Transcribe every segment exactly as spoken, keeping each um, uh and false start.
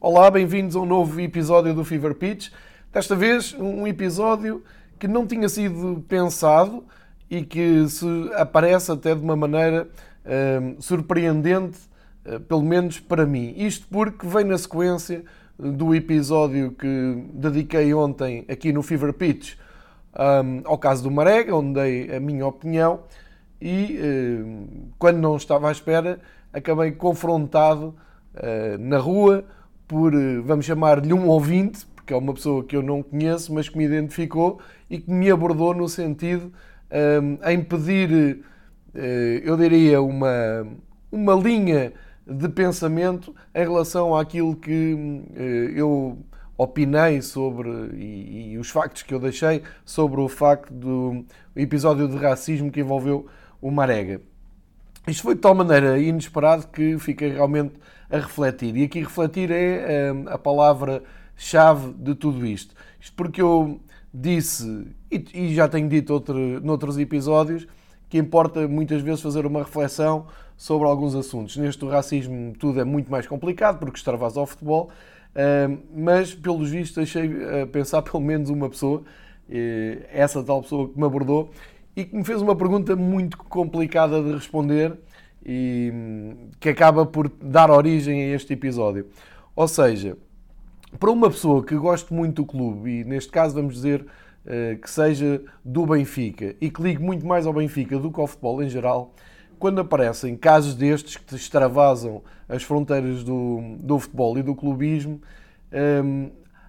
Olá, bem-vindos a um novo episódio do Fever Pitch. Desta vez, um episódio que não tinha sido pensado e que se aparece até de uma maneira uh, surpreendente, uh, pelo menos para mim. Isto porque vem na sequência do episódio que dediquei ontem aqui no Fever Pitch um, ao caso do Marega, onde dei a minha opinião e, uh, quando não estava à espera, acabei confrontado uh, na rua por, uh, vamos chamar-lhe um ouvinte, porque é uma pessoa que eu não conheço, mas que me identificou e que me abordou no sentido um, em pedir, uh, eu diria, uma, uma linha de pensamento em relação àquilo que uh, eu opinei sobre e, e os factos que eu deixei sobre o facto do episódio de racismo que envolveu o Marega. Isto foi de tal maneira inesperado que fiquei realmente a refletir. E aqui refletir é uh, a palavra-chave de tudo isto. Isto porque eu disse, e, e já tenho dito outro, noutros episódios, que importa muitas vezes fazer uma reflexão sobre alguns assuntos. Neste do racismo tudo é muito mais complicado, porque extravasa ao futebol, uh, mas, pelos vistos, deixei a pensar pelo menos uma pessoa, uh, essa tal pessoa que me abordou, e que me fez uma pergunta muito complicada de responder e que acaba por dar origem a este episódio. Ou seja, para uma pessoa que goste muito do clube, e neste caso vamos dizer uh, que seja do Benfica, e que ligue muito mais ao Benfica do que ao futebol em geral, quando aparecem casos destes que extravasam as fronteiras do, do futebol e do clubismo, um,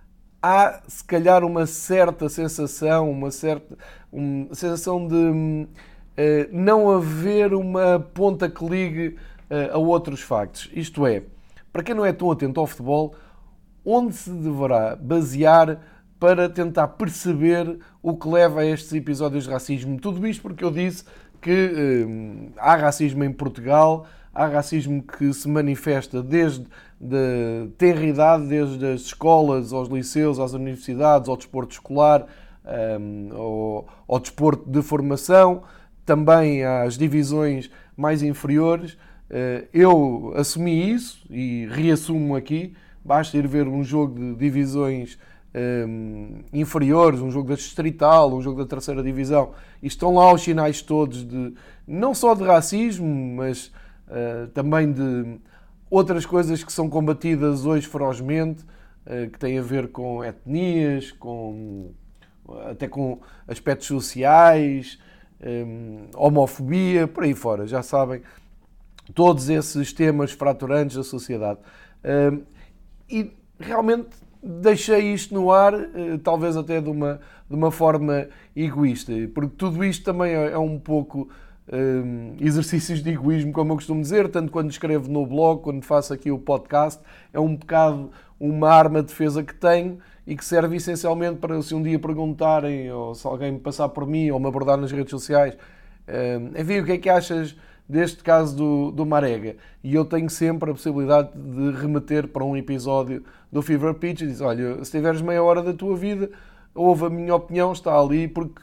há se calhar uma certa sensação, uma certa uma sensação de uh, não haver uma ponta que ligue uh, a outros factos. Isto é, para quem não é tão atento ao futebol, onde se deverá basear para tentar perceber o que leva a estes episódios de racismo? Tudo isto porque eu disse que uh, há racismo em Portugal, há racismo que se manifesta desde de tenra idade, desde as escolas, aos liceus, às universidades, ao desporto escolar, um, ao, ao desporto de formação, também às divisões mais inferiores. Eu assumi isso e reassumo aqui. Basta ir ver um jogo de divisões um, inferiores, um jogo da Distrital, um jogo da terceira divisão, e estão lá os sinais todos de, não só de racismo, mas uh, também de outras coisas que são combatidas hoje ferozmente, que têm a ver com etnias, com, até com aspectos sociais, homofobia, por aí fora. Já sabem, todos esses temas fraturantes da sociedade. E realmente deixei isto no ar, talvez até de uma, de uma forma egoísta, porque tudo isto também é um pouco Um, exercícios de egoísmo, como eu costumo dizer, tanto quando escrevo no blog, quando faço aqui o podcast, é um bocado uma arma de defesa que tenho e que serve essencialmente para, se um dia perguntarem, ou se alguém me passar por mim, ou me abordar nas redes sociais, um, enfim, o que é que achas deste caso do, do Marega? E eu tenho sempre a possibilidade de remeter para um episódio do Fever Pitch e dizer, olha, se tiveres meia hora da tua vida, ouve a minha opinião, está ali, porque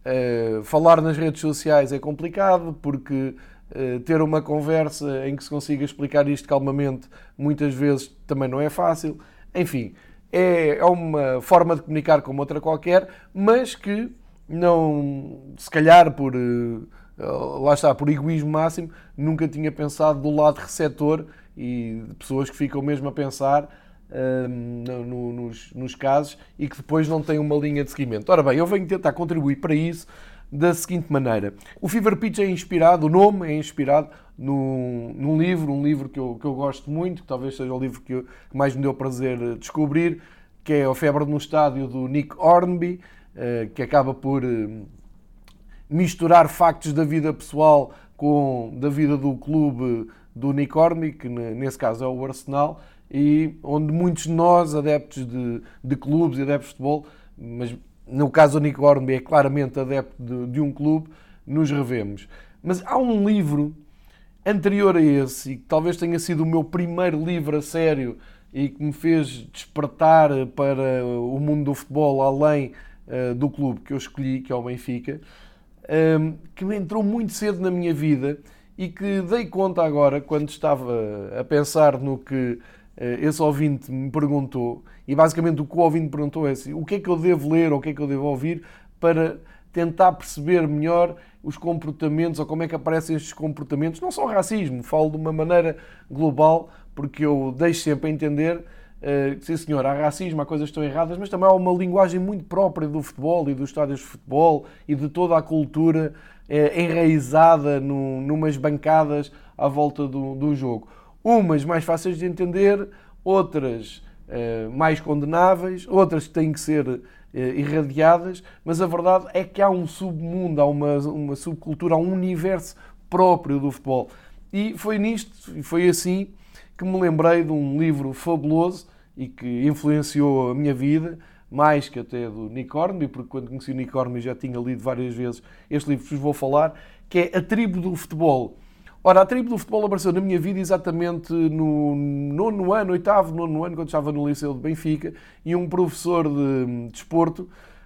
Uh, falar nas redes sociais é complicado, porque uh, ter uma conversa em que se consiga explicar isto calmamente muitas vezes também não é fácil. Enfim, é, é uma forma de comunicar como outra qualquer, mas que não, se calhar por, uh, lá está, por egoísmo máximo, nunca tinha pensado do lado receptor e de pessoas que ficam mesmo a pensar Uh, no, nos, nos casos e que depois não têm uma linha de seguimento. Ora bem, eu venho tentar contribuir para isso da seguinte maneira. O Fever Pitch é inspirado, o nome é inspirado no, num livro, um livro que eu, que eu gosto muito, que talvez seja o livro que, eu, que mais me deu prazer descobrir, que é A Febre no Estádio, do Nick Hornby, uh, que acaba por uh, misturar factos da vida pessoal com da vida do clube do Nick Hornby, que nesse caso é o Arsenal, e onde muitos de nós, adeptos de, de clubes e adeptos de futebol, mas no caso do Nick Hornby é claramente adepto de, de um clube, nos revemos. Mas há um livro anterior a esse, e que talvez tenha sido o meu primeiro livro a sério e que me fez despertar para o mundo do futebol além uh, do clube que eu escolhi, que é o Benfica, um, que me entrou muito cedo na minha vida e que dei conta agora, quando estava a pensar no que esse ouvinte me perguntou, e basicamente o que o ouvinte perguntou é assim, o que é que eu devo ler ou o que é que eu devo ouvir para tentar perceber melhor os comportamentos ou como é que aparecem estes comportamentos, não só racismo, falo de uma maneira global, porque eu deixo sempre a entender uh, que, sim senhor, há racismo, há coisas que estão erradas, mas também há uma linguagem muito própria do futebol e dos estádios de futebol e de toda a cultura uh, enraizada no, numas bancadas à volta do, do jogo. Umas mais fáceis de entender, outras uh, mais condenáveis, outras que têm que ser uh, irradiadas, mas a verdade é que há um submundo, há uma, uma subcultura, há um universo próprio do futebol. E foi nisto, e foi assim, que me lembrei de um livro fabuloso e que influenciou a minha vida, mais que até do Nick Hornby, porque quando conheci o Nick Hornby já tinha lido várias vezes este livro que vos vou falar, que é A Tribo do Futebol. Ora, a Tribo do Futebol apareceu na minha vida exatamente no nono ano, oitavo, nono ano, quando estava no Liceu de Benfica, e um professor de desporto,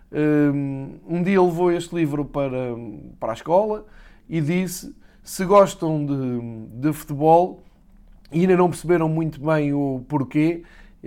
um dia levou este livro para, para a escola e disse, se gostam de, de futebol e ainda não perceberam muito bem o porquê,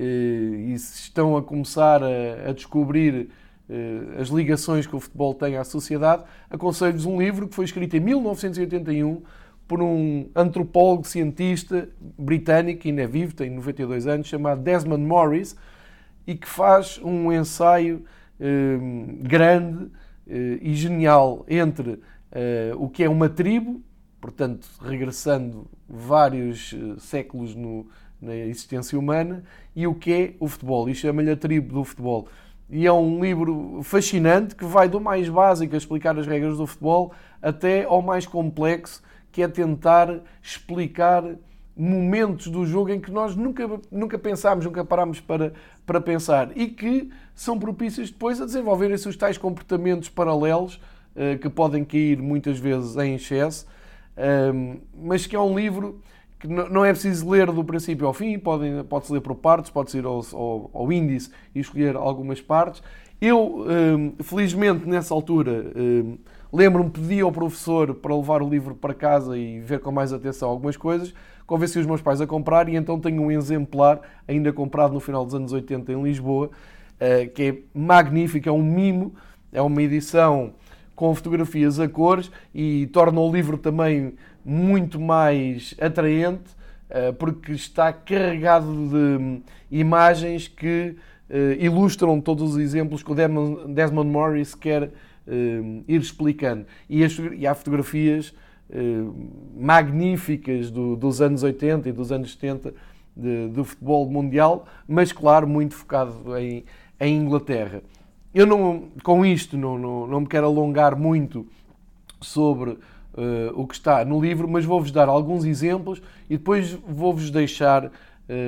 e se estão a começar a, a descobrir as ligações que o futebol tem à sociedade, aconselho-vos um livro que foi escrito em mil novecentos e oitenta e um por um antropólogo cientista britânico, que ainda é vivo, tem noventa e dois anos, chamado Desmond Morris, e que faz um ensaio eh, grande eh, e genial entre eh, o que é uma tribo, portanto, regressando vários eh, séculos no, na existência humana, e o que é o futebol, e chama-lhe A Tribo do Futebol. E é um livro fascinante que vai do mais básico a explicar as regras do futebol até ao mais complexo, que é tentar explicar momentos do jogo em que nós nunca, nunca pensámos, nunca parámos para, para pensar e que são propícios depois a desenvolverem-se os tais comportamentos paralelos uh, que podem cair muitas vezes em excesso, uh, mas que é um livro que não é preciso ler do princípio ao fim, pode, pode-se ler por partes, pode-se ir ao, ao, ao índice e escolher algumas partes. Eu, uh, felizmente, nessa altura, uh, lembro-me, pedi ao professor para levar o livro para casa e ver com mais atenção algumas coisas, convenci os meus pais a comprar e então tenho um exemplar ainda comprado no final dos anos oitenta em Lisboa, que é magnífico, é um mimo, é uma edição com fotografias a cores e torna o livro também muito mais atraente, porque está carregado de imagens que ilustram todos os exemplos que o Desmond Morris quer Uh, ir explicando. E, as, e há fotografias uh, magníficas do, dos anos oitenta e dos anos setenta de, do futebol mundial, mas claro, muito focado em, em Inglaterra. Eu não, com isto não, não, não me quero alongar muito sobre uh, o que está no livro, mas vou-vos dar alguns exemplos e depois vou-vos deixar uh,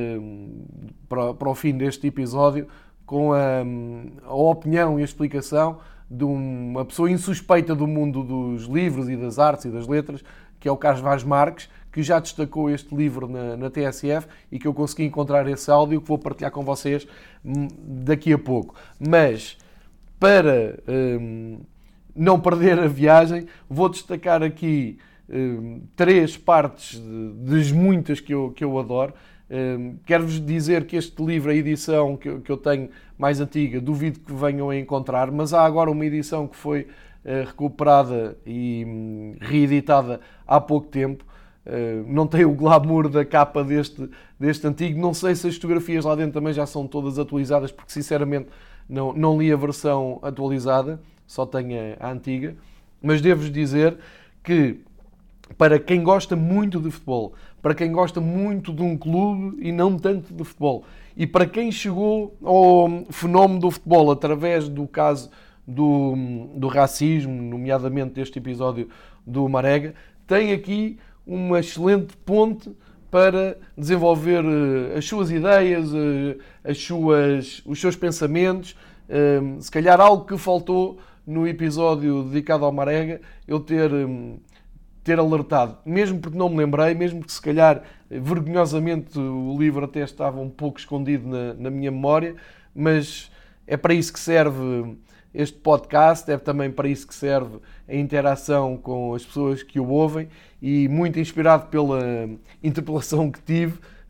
para, para o fim deste episódio com a, a opinião e a explicação de uma pessoa insuspeita do mundo dos livros e das artes e das letras, que é o Carlos Vaz Marques, que já destacou este livro na, na T S F e que eu consegui encontrar esse áudio que vou partilhar com vocês daqui a pouco. Mas, para hum, não perder a viagem, vou destacar aqui hum, três partes de, das muitas que eu, que eu adoro. Um, quero-vos dizer que este livro, a edição que eu, que eu tenho mais antiga, duvido que venham a encontrar, mas há agora uma edição que foi uh, recuperada e um, reeditada há pouco tempo. Uh, não tem o glamour da capa deste, deste antigo. Não sei se as fotografias lá dentro também já são todas atualizadas, porque sinceramente não, não li a versão atualizada, só tenho a, a antiga. Mas devo-vos dizer que, para quem gosta muito de futebol, para quem gosta muito de um clube e não tanto de futebol, e para quem chegou ao fenómeno do futebol através do caso do, do racismo, nomeadamente deste episódio do Marega, tem aqui uma excelente ponte para desenvolver as suas ideias, as suas, os seus pensamentos. Se calhar algo que faltou no episódio dedicado ao Marega, eu ter... ter alertado, mesmo porque não me lembrei, mesmo que se calhar vergonhosamente o livro até estava um pouco escondido na, na minha memória, mas é para isso que serve este podcast, é também para isso que serve a interação com as pessoas que o ouvem e muito inspirado pela interpelação que tive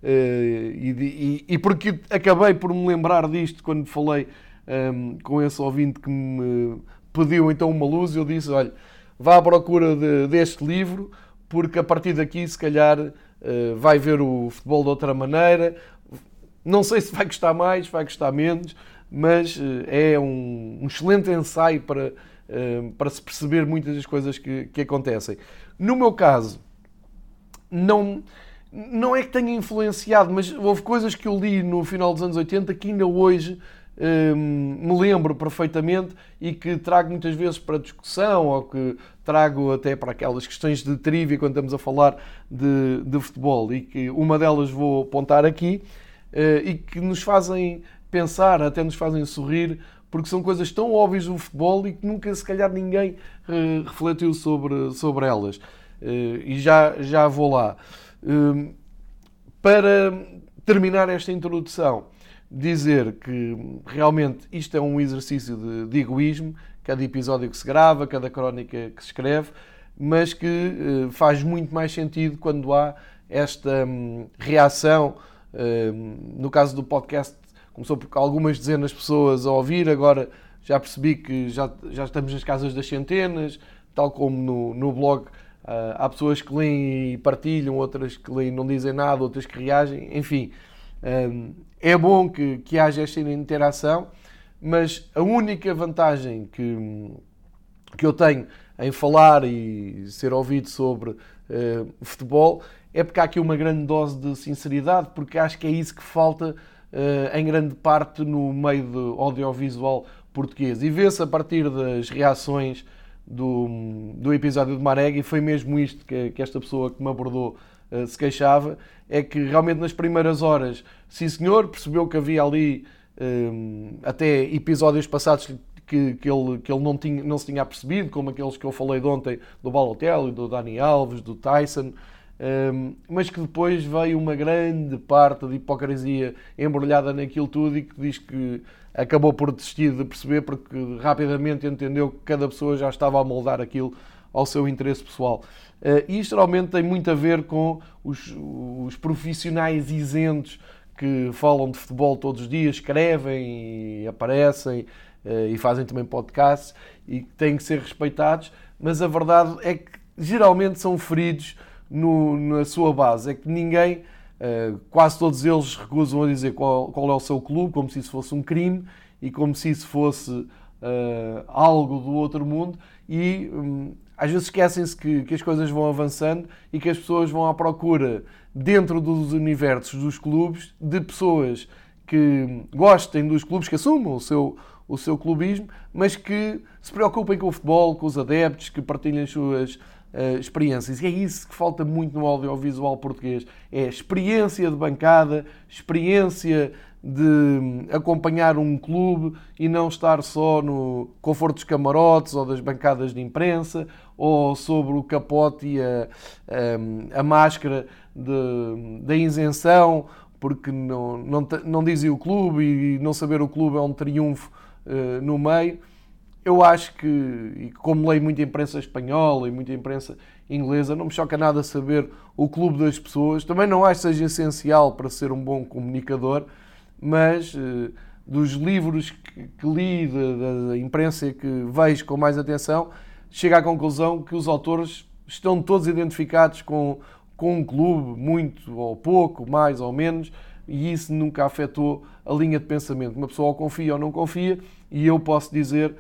e, e, e porque acabei por me lembrar disto quando falei um, com esse ouvinte que me pediu então uma luz, eu disse, olha, vá à procura de, deste livro, porque a partir daqui se calhar uh, vai ver o futebol de outra maneira. Não sei se vai gostar mais, vai gostar menos, mas uh, é um, um excelente ensaio para, uh, para se perceber muitas das coisas que, que acontecem. No meu caso, não, não é que tenha influenciado, mas houve coisas que eu li no final dos anos oitenta que ainda hoje Hum, me lembro perfeitamente e que trago muitas vezes para discussão ou que trago até para aquelas questões de trivia quando estamos a falar de, de futebol, e que uma delas vou apontar aqui uh, e que nos fazem pensar, até nos fazem sorrir, porque são coisas tão óbvias do futebol e que nunca se calhar ninguém uh, refletiu sobre, sobre elas. Uh, e já, já vou lá. Uh, para terminar esta introdução, dizer que realmente isto é um exercício de, de egoísmo, cada episódio que se grava, cada crónica que se escreve, mas que eh, faz muito mais sentido quando há esta hum, reação. Hum, no caso do podcast, começou por algumas dezenas de pessoas a ouvir, agora já percebi que já, já estamos nas casas das centenas, tal como no, no blog. Uh, há pessoas que leem e partilham, outras que leem e não dizem nada, outras que reagem, enfim. Um, é bom que, que haja esta interação, mas a única vantagem que, que eu tenho em falar e ser ouvido sobre uh, futebol é porque há aqui uma grande dose de sinceridade, porque acho que é isso que falta uh, em grande parte no meio do audiovisual português. E vê-se a partir das reações do, do episódio de Marega, e foi mesmo isto que, que esta pessoa que me abordou uh, se queixava, é que realmente nas primeiras horas, sim senhor, percebeu que havia ali um, até episódios passados que, que, ele, que ele não, tinha, não se tinha percebido, como aqueles que eu falei de ontem do Balotelli, do Dani Alves, do Tyson, um, mas que depois veio uma grande parte de hipocrisia embrulhada naquilo tudo e que diz que acabou por desistir de perceber porque rapidamente entendeu que cada pessoa já estava a moldar aquilo ao seu interesse pessoal. Uh, e isto realmente tem muito a ver com os, os profissionais isentos que falam de futebol todos os dias, escrevem e aparecem uh, e fazem também podcasts e que têm que ser respeitados, mas a verdade é que geralmente são feridos no, na sua base. É que ninguém, uh, quase todos eles recusam a dizer qual, qual é o seu clube, como se isso fosse um crime e como se isso fosse uh, algo do outro mundo, e um, às vezes esquecem-se que, que as coisas vão avançando e que as pessoas vão à procura, dentro dos universos dos clubes, de pessoas que gostem dos clubes, que assumam o seu, o seu clubismo, mas que se preocupem com o futebol, com os adeptos, que partilhem as suas uh, experiências. E é isso que falta muito no audiovisual português. É experiência de bancada, experiência de acompanhar um clube e não estar só no conforto dos camarotes ou das bancadas de imprensa ou sobre o capote e a, a, a máscara de, da isenção, porque não, não, não dizem o clube e não saber o clube é um triunfo uh, no meio. Eu acho que, e como leio muita imprensa espanhola e muita imprensa inglesa, não me choca nada saber o clube das pessoas. Também não acho que seja essencial para ser um bom comunicador, mas uh, dos livros que, que li, da, da imprensa que vejo com mais atenção, chego à conclusão que os autores estão todos identificados com, com um clube, muito ou pouco, mais ou menos, e isso nunca afetou a linha de pensamento. Uma pessoa ou confia ou não confia, e eu posso dizer,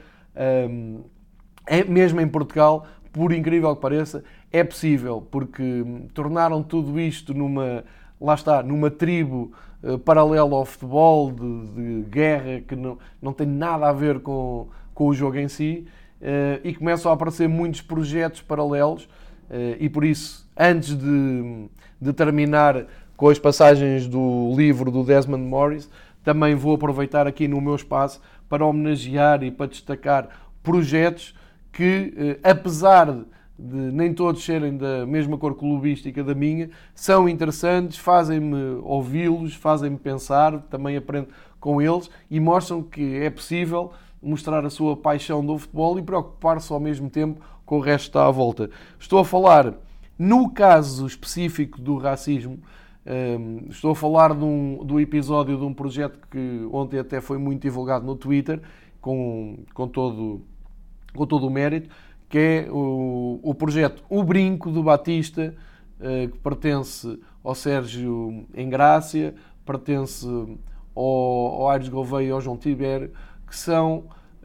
um, é, mesmo em Portugal, por incrível que pareça, é possível, porque tornaram tudo isto numa, lá está, numa tribo uh, paralela ao futebol, de, de guerra, que não, não tem nada a ver com, com o jogo em si, uh, e começam a aparecer muitos projetos paralelos, uh, e por isso, antes de, de terminar com as passagens do livro do Desmond Morris, também vou aproveitar aqui no meu espaço para homenagear e para destacar projetos que, uh, apesar de de nem todos serem da mesma cor clubística da minha, são interessantes, fazem-me ouvi-los, fazem-me pensar, também aprendo com eles e mostram que é possível mostrar a sua paixão do futebol e preocupar-se ao mesmo tempo com o resto que está à volta. Estou a falar, no caso específico do racismo, Um, estou a falar de um, do episódio de um projeto que ontem até foi muito divulgado no Twitter, com, com, todo, com todo o mérito, que é o, o projeto O Brinco do Batista, uh, que pertence ao Sérgio Engrácia, pertence ao, ao Aires Gouveia e ao João Tibério, que são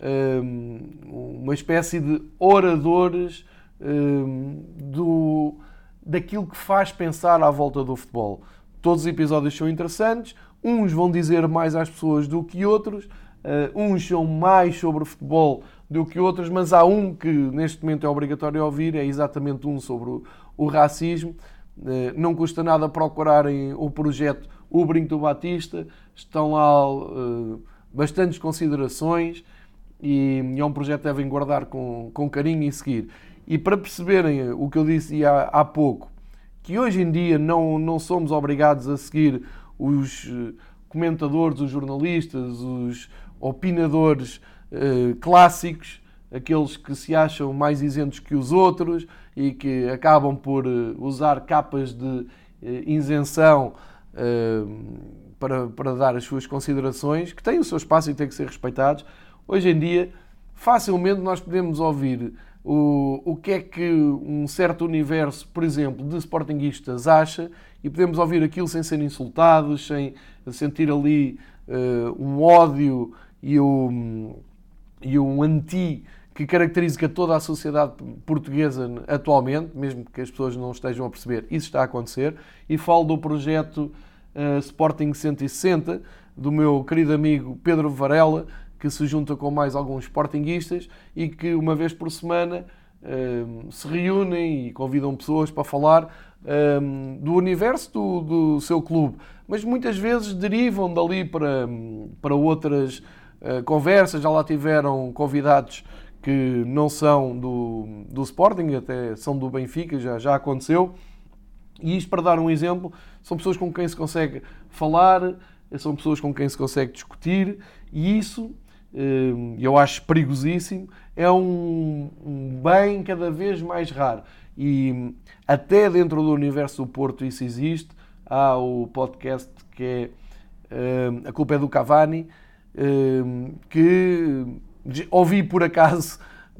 um, uma espécie de oradores um, do... daquilo que faz pensar à volta do futebol. Todos os episódios são interessantes, uns vão dizer mais às pessoas do que outros, uns são mais sobre futebol do que outros, mas há um que neste momento é obrigatório ouvir, é exatamente um sobre o, o racismo. Não custa nada procurarem o projeto O Brinco do Batista, estão lá uh, bastantes considerações e é um projeto que devem guardar com, com carinho e seguir. E para perceberem o que eu disse há, há pouco, que hoje em dia não, não somos obrigados a seguir os comentadores, os jornalistas, os opinadores eh, clássicos, aqueles que se acham mais isentos que os outros e que acabam por usar capas de eh, isenção eh, para, para dar as suas considerações, que têm o seu espaço e têm que ser respeitados. Hoje em dia, facilmente nós podemos ouvir O, o que é que um certo universo, por exemplo, de sportinguistas acha e podemos ouvir aquilo sem ser insultados, sem sentir ali uh, um ódio e um, e um anti que caracteriza toda a sociedade portuguesa atualmente, mesmo que as pessoas não estejam a perceber, isso está a acontecer. E falo do projeto uh, Sporting cento e sessenta, do meu querido amigo Pedro Varela, que se junta com mais alguns sportinguistas e que uma vez por semana um, se reúnem e convidam pessoas para falar um, do universo do, do seu clube. Mas muitas vezes derivam dali para, para outras uh, conversas. Já lá tiveram convidados que não são do, do Sporting, até são do Benfica, já, já aconteceu. E isto para dar um exemplo, são pessoas com quem se consegue falar, são pessoas com quem se consegue discutir e isso... eu acho perigosíssimo, é um, um bem cada vez mais raro. E até dentro do universo do Porto isso existe. Há o podcast que é uh, A Culpa é do Cavani, uh, que ouvi por acaso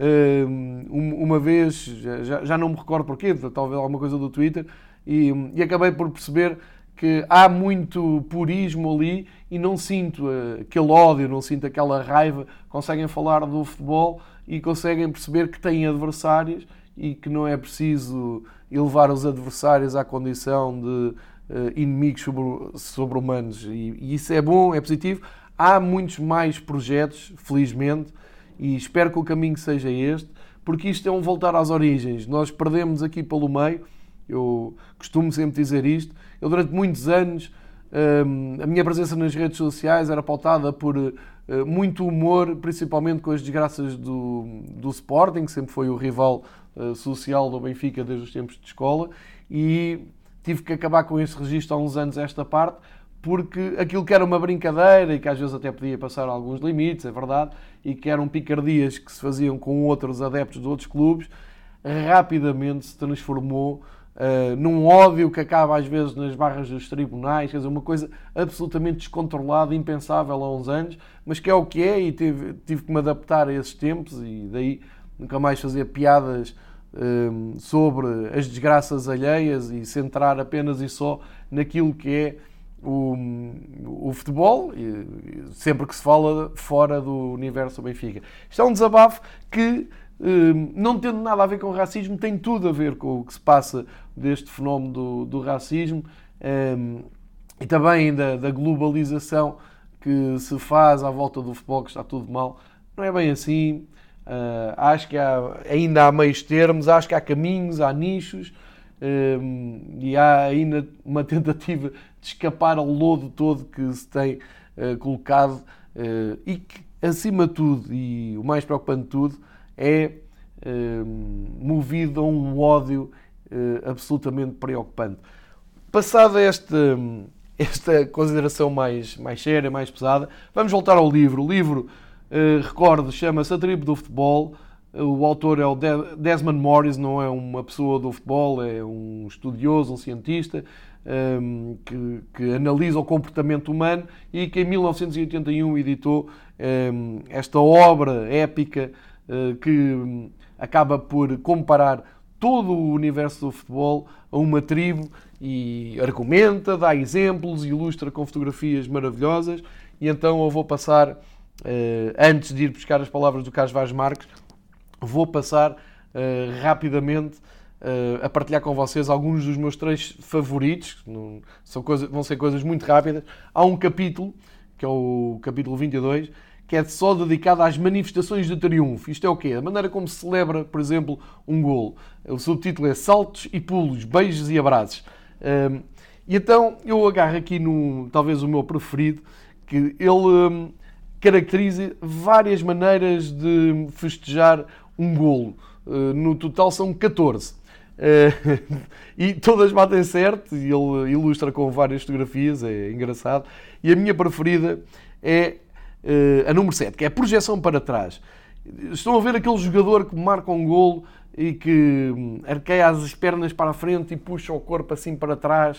uh, uma vez, já, já não me recordo porquê, talvez alguma coisa do Twitter, e, e acabei por perceber que há muito purismo ali e não sinto aquele ódio, não sinto aquela raiva. Conseguem falar do futebol e conseguem perceber que têm adversários e que não é preciso elevar os adversários à condição de uh, inimigos sobre-humanos. E, e isso é bom, é positivo. Há muitos mais projetos, felizmente, e espero que o caminho seja este, porque isto é um voltar às origens. Nós perdemos aqui pelo meio. Eu costumo sempre dizer isto. Eu, durante muitos anos, a minha presença nas redes sociais era pautada por muito humor, principalmente com as desgraças do, do Sporting, que sempre foi o rival social do Benfica desde os tempos de escola, e tive que acabar com esse registro há uns anos, esta parte, porque aquilo que era uma brincadeira e que às vezes até podia passar alguns limites, é verdade, e que eram picardias que se faziam com outros adeptos de outros clubes, rapidamente se transformou uh, num ódio que acaba às vezes nas barras dos tribunais, quer dizer, uma coisa absolutamente descontrolada, impensável há uns anos, mas que é o que é, e tive, tive que me adaptar a esses tempos, e daí nunca mais fazer piadas uh, sobre as desgraças alheias e centrar apenas e só naquilo que é O, o futebol, sempre que se fala fora do universo do Benfica. Isto é um desabafo que, não tendo nada a ver com racismo, tem tudo a ver com o que se passa deste fenómeno do, do racismo e também da, da globalização que se faz à volta do futebol, que está tudo mal. Não é bem assim. Acho que há, ainda há meios termos, acho que há caminhos, há nichos. Um, e há ainda uma tentativa de escapar ao lodo todo que se tem uh, colocado uh, e que, acima de tudo, e o mais preocupante de tudo, é uh, movido a um ódio uh, absolutamente preocupante. Passada esta, esta consideração mais, mais séria, mais pesada, vamos voltar ao livro. O livro, uh, recordo, chama-se A Tribo do Futebol. O autor é o Desmond Morris, não é uma pessoa do futebol, é um estudioso, um cientista, um, que, que analisa o comportamento humano e que em mil novecentos e oitenta e um editou um, esta obra épica uh, que um, acaba por comparar todo o universo do futebol a uma tribo e argumenta, dá exemplos, ilustra com fotografias maravilhosas. E então eu vou passar, antes de ir buscar as palavras do Carlos Vaz Marques, vou passar rapidamente a partilhar com vocês alguns dos meus trechos favoritos. São coisas, vão ser coisas muito rápidas. Há um capítulo, que é o capítulo vinte e dois, que é só dedicado às manifestações de triunfo. Isto é o quê? A maneira como se celebra, por exemplo, um golo. O subtítulo é Saltos e Pulos, Beijos e Abraços. Um, e então eu agarro aqui no, talvez o meu preferido, que ele um, caracteriza várias maneiras de festejar um golo. Uh, no total são catorze. Uh, e todas batem certo, e ele ilustra com várias fotografias, é engraçado. E a minha preferida é uh, a número sete, que é a projeção para trás. Estão a ver aquele jogador que marca um golo e que arqueia as pernas para a frente e puxa o corpo assim para trás,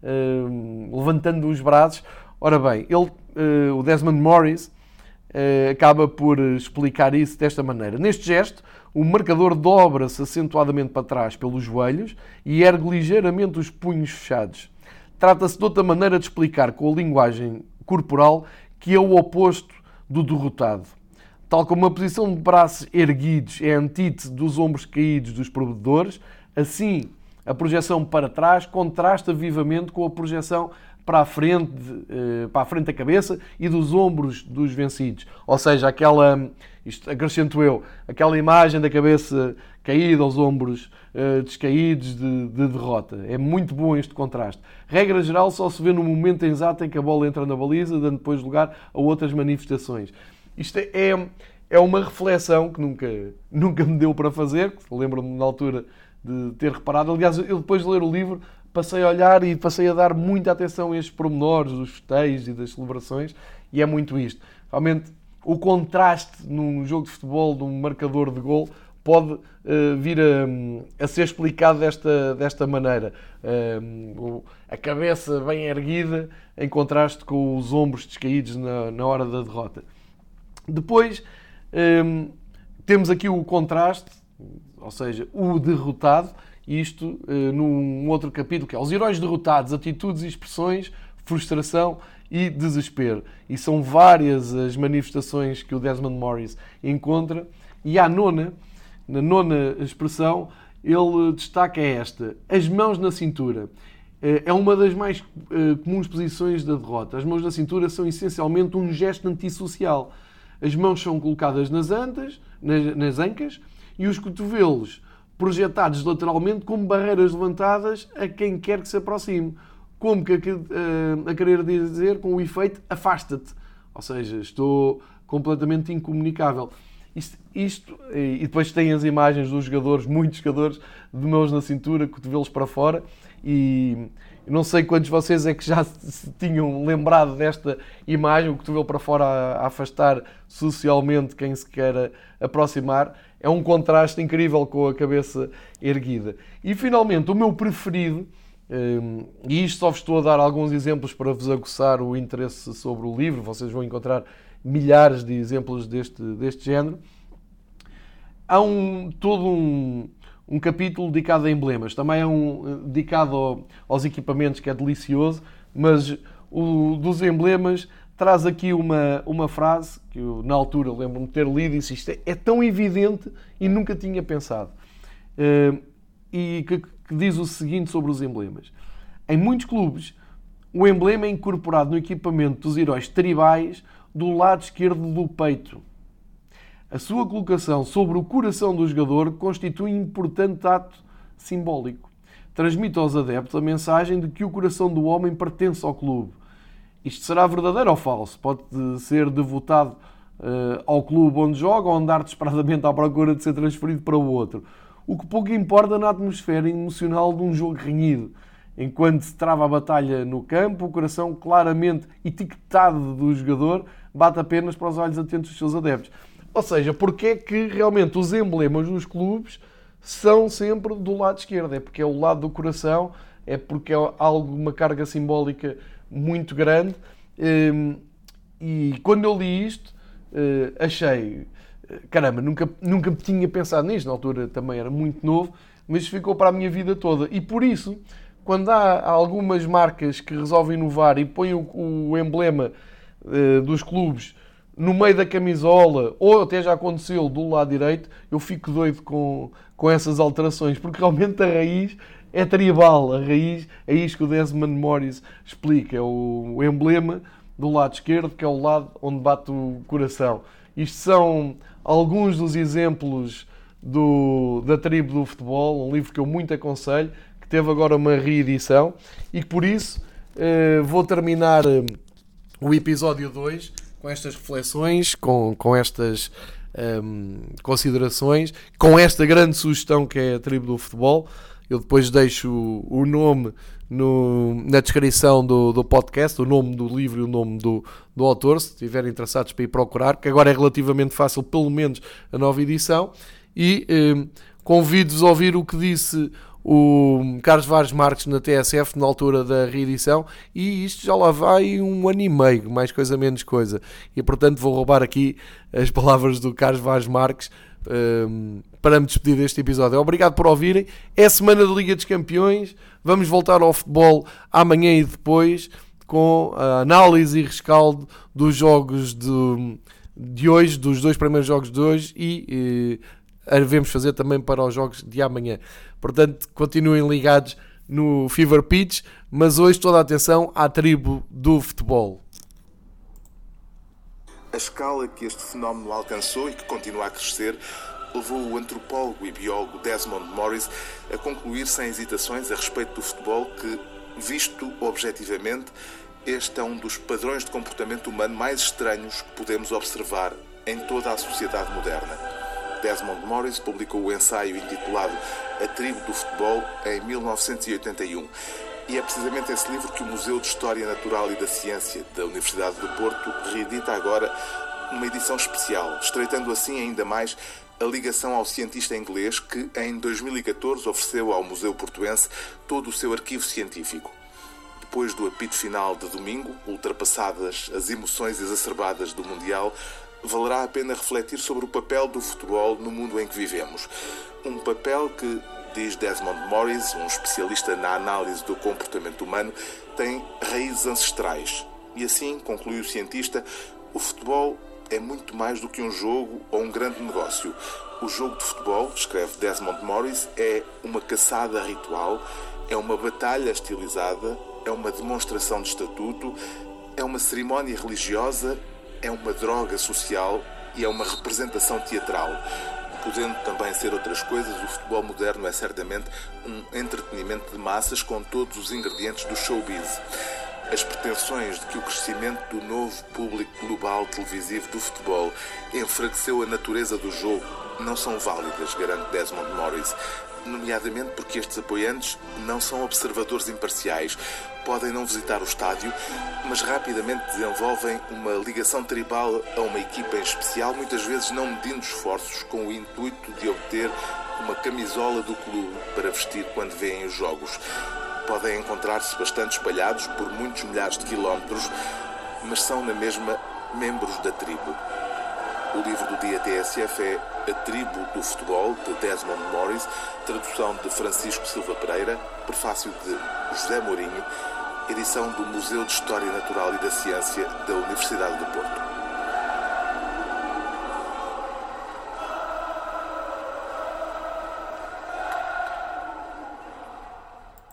uh, levantando os braços. Ora bem, ele, uh, o Desmond Morris uh, acaba por explicar isso desta maneira. Neste gesto, o marcador dobra-se acentuadamente para trás pelos joelhos e ergue ligeiramente os punhos fechados. Trata-se de outra maneira de explicar com a linguagem corporal que é o oposto do derrotado. Tal como a posição de braços erguidos é a antítese dos ombros caídos dos perdedores, assim a projeção para trás contrasta vivamente com a projeção para a frente, para a frente da cabeça e dos ombros dos vencidos. Ou seja, aquela, isto acrescento eu, aquela imagem da cabeça caída aos ombros uh, descaídos de, de derrota. É muito bom este contraste. Regra geral só se vê no momento exato em que a bola entra na baliza, dando depois lugar a outras manifestações. Isto é, é uma reflexão que nunca, nunca me deu para fazer, lembro-me na altura de ter reparado. Aliás, eu depois de ler o livro passei a olhar e passei a dar muita atenção a estes pormenores dos festejos e das celebrações, e é muito isto. Realmente, o contraste num jogo de futebol, de um marcador de gol, pode uh, vir a, a ser explicado desta, desta maneira. Uh, a cabeça bem erguida em contraste com os ombros descaídos na, na hora da derrota. Depois um, temos aqui o contraste, ou seja, o derrotado, isto uh, num outro capítulo, que é os heróis derrotados, atitudes e expressões, frustração e desespero. E são várias as manifestações que o Desmond Morris encontra. E à nona, na nona expressão, ele destaca esta: as mãos na cintura. É uma das mais uh, comuns posições da derrota. As mãos na cintura são essencialmente um gesto antissocial. As mãos são colocadas nas antas, nas, nas ancas, e os cotovelos projetados lateralmente como barreiras levantadas a quem quer que se aproxime. Como que a, a querer dizer, com o efeito, afasta-te. Ou seja, estou completamente incomunicável. Isto, isto, e depois tem as imagens dos jogadores, muitos jogadores, de mãos na cintura, cotovelos para fora, e não sei quantos de vocês é que já se tinham lembrado desta imagem, o cotovelo para fora a afastar socialmente quem se quer aproximar. É um contraste incrível com a cabeça erguida. E finalmente, o meu preferido, e isto só vos estou a dar alguns exemplos para vos aguçar o interesse sobre o livro, vocês vão encontrar milhares de exemplos deste, deste género. Há um, todo um, um capítulo dedicado a emblemas, também é um dedicado ao, aos equipamentos, que é delicioso, mas o dos emblemas traz aqui uma, uma frase que eu, na altura, lembro-me de ter lido e disse: isto é, é tão evidente e nunca tinha pensado. Uh, e que, que diz o seguinte sobre os emblemas: em muitos clubes, o emblema é incorporado no equipamento dos heróis tribais do lado esquerdo do peito. A sua colocação sobre o coração do jogador constitui um importante ato simbólico. Transmite aos adeptos a mensagem de que o coração do homem pertence ao clube. Isto será verdadeiro ou falso? Pode ser devotado uh, ao clube onde joga ou andar desesperadamente à procura de ser transferido para o outro. O que pouco importa na atmosfera emocional de um jogo renhido. Enquanto se trava a batalha no campo, o coração claramente etiquetado do jogador bate apenas para os olhos atentos dos seus adeptos. Ou seja, porque é que realmente os emblemas dos clubes são sempre do lado esquerdo? É porque é o lado do coração é porque é algo, uma carga simbólica muito grande. E quando eu li isto, achei, caramba, nunca, nunca tinha pensado nisto, na altura também era muito novo, mas ficou para a minha vida toda. E por isso, quando há algumas marcas que resolvem inovar e põem o, o emblema uh, dos clubes no meio da camisola, ou até já aconteceu do lado direito, eu fico doido com, com essas alterações, porque realmente a raiz é tribal. A raiz é isto que o Desmond Morris explica, é o, o emblema do lado esquerdo, que é o lado onde bate o coração. Isto são alguns dos exemplos do, da tribo do futebol, um livro que eu muito aconselho, que teve agora uma reedição, e que por isso eh, vou terminar eh, o episódio dois com estas reflexões, com, com estas um, considerações, com esta grande sugestão que é a tribo do futebol. Eu depois deixo o, o nome no, na descrição do, do podcast, o nome do livro e o nome do, do autor, se estiverem interessados para ir procurar, que agora é relativamente fácil, pelo menos a nova edição. E eh, convido-vos a ouvir o que disse o Carlos Vaz Marques na T S F na altura da reedição, e isto já lá vai um ano e meio, mais coisa menos coisa, e portanto vou roubar aqui as palavras do Carlos Vaz Marques um, para me despedir deste episódio. Obrigado por ouvirem. É semana de Liga dos Campeões, vamos voltar ao futebol amanhã e depois com a análise e rescaldo dos jogos de, de hoje, dos dois primeiros jogos de hoje, e eh, devemos fazer também para os jogos de amanhã. Portanto, continuem ligados no Fever Pitch, mas hoje toda a atenção à tribo do futebol. A escala que este fenómeno alcançou e que continua a crescer levou o antropólogo e biólogo Desmond Morris a concluir sem hesitações a respeito do futebol que, visto objetivamente, este é um dos padrões de comportamento humano mais estranhos que podemos observar em toda a sociedade moderna. Desmond Morris publicou o ensaio intitulado A Tribo do Futebol em mil novecentos e oitenta e um, e é precisamente esse livro que o Museu de História Natural e da Ciência da Universidade do Porto reedita agora numa edição especial, estreitando assim ainda mais a ligação ao cientista inglês que, em dois mil e catorze, ofereceu ao Museu Portuense todo o seu arquivo científico. Depois do apito final de domingo, ultrapassadas as emoções exacerbadas do Mundial, valerá a pena refletir sobre o papel do futebol no mundo em que vivemos. Um papel que, diz Desmond Morris, um especialista na análise do comportamento humano, tem raízes ancestrais. E assim, conclui o cientista, o futebol é muito mais do que um jogo ou um grande negócio. O jogo de futebol, escreve Desmond Morris, é uma caçada ritual, é uma batalha estilizada, é uma demonstração de estatuto, é uma cerimónia religiosa, é uma droga social e é uma representação teatral. Podendo também ser outras coisas, o futebol moderno é certamente um entretenimento de massas com todos os ingredientes do showbiz. As pretensões de que o crescimento do novo público global televisivo do futebol enfraqueceu a natureza do jogo não são válidas, garante Desmond Morris, nomeadamente porque estes apoiantes não são observadores imparciais. Podem não visitar o estádio, mas rapidamente desenvolvem uma ligação tribal a uma equipa em especial, muitas vezes não medindo esforços com o intuito de obter uma camisola do clube para vestir quando veem os jogos. Podem encontrar-se bastante espalhados por muitos milhares de quilómetros, mas são na mesma membros da tribo. O livro do dia T S F é A Tribo do Futebol, de Desmond Morris, tradução de Francisco Silva Pereira, prefácio de José Mourinho, edição do Museu de História Natural e da Ciência da Universidade do Porto.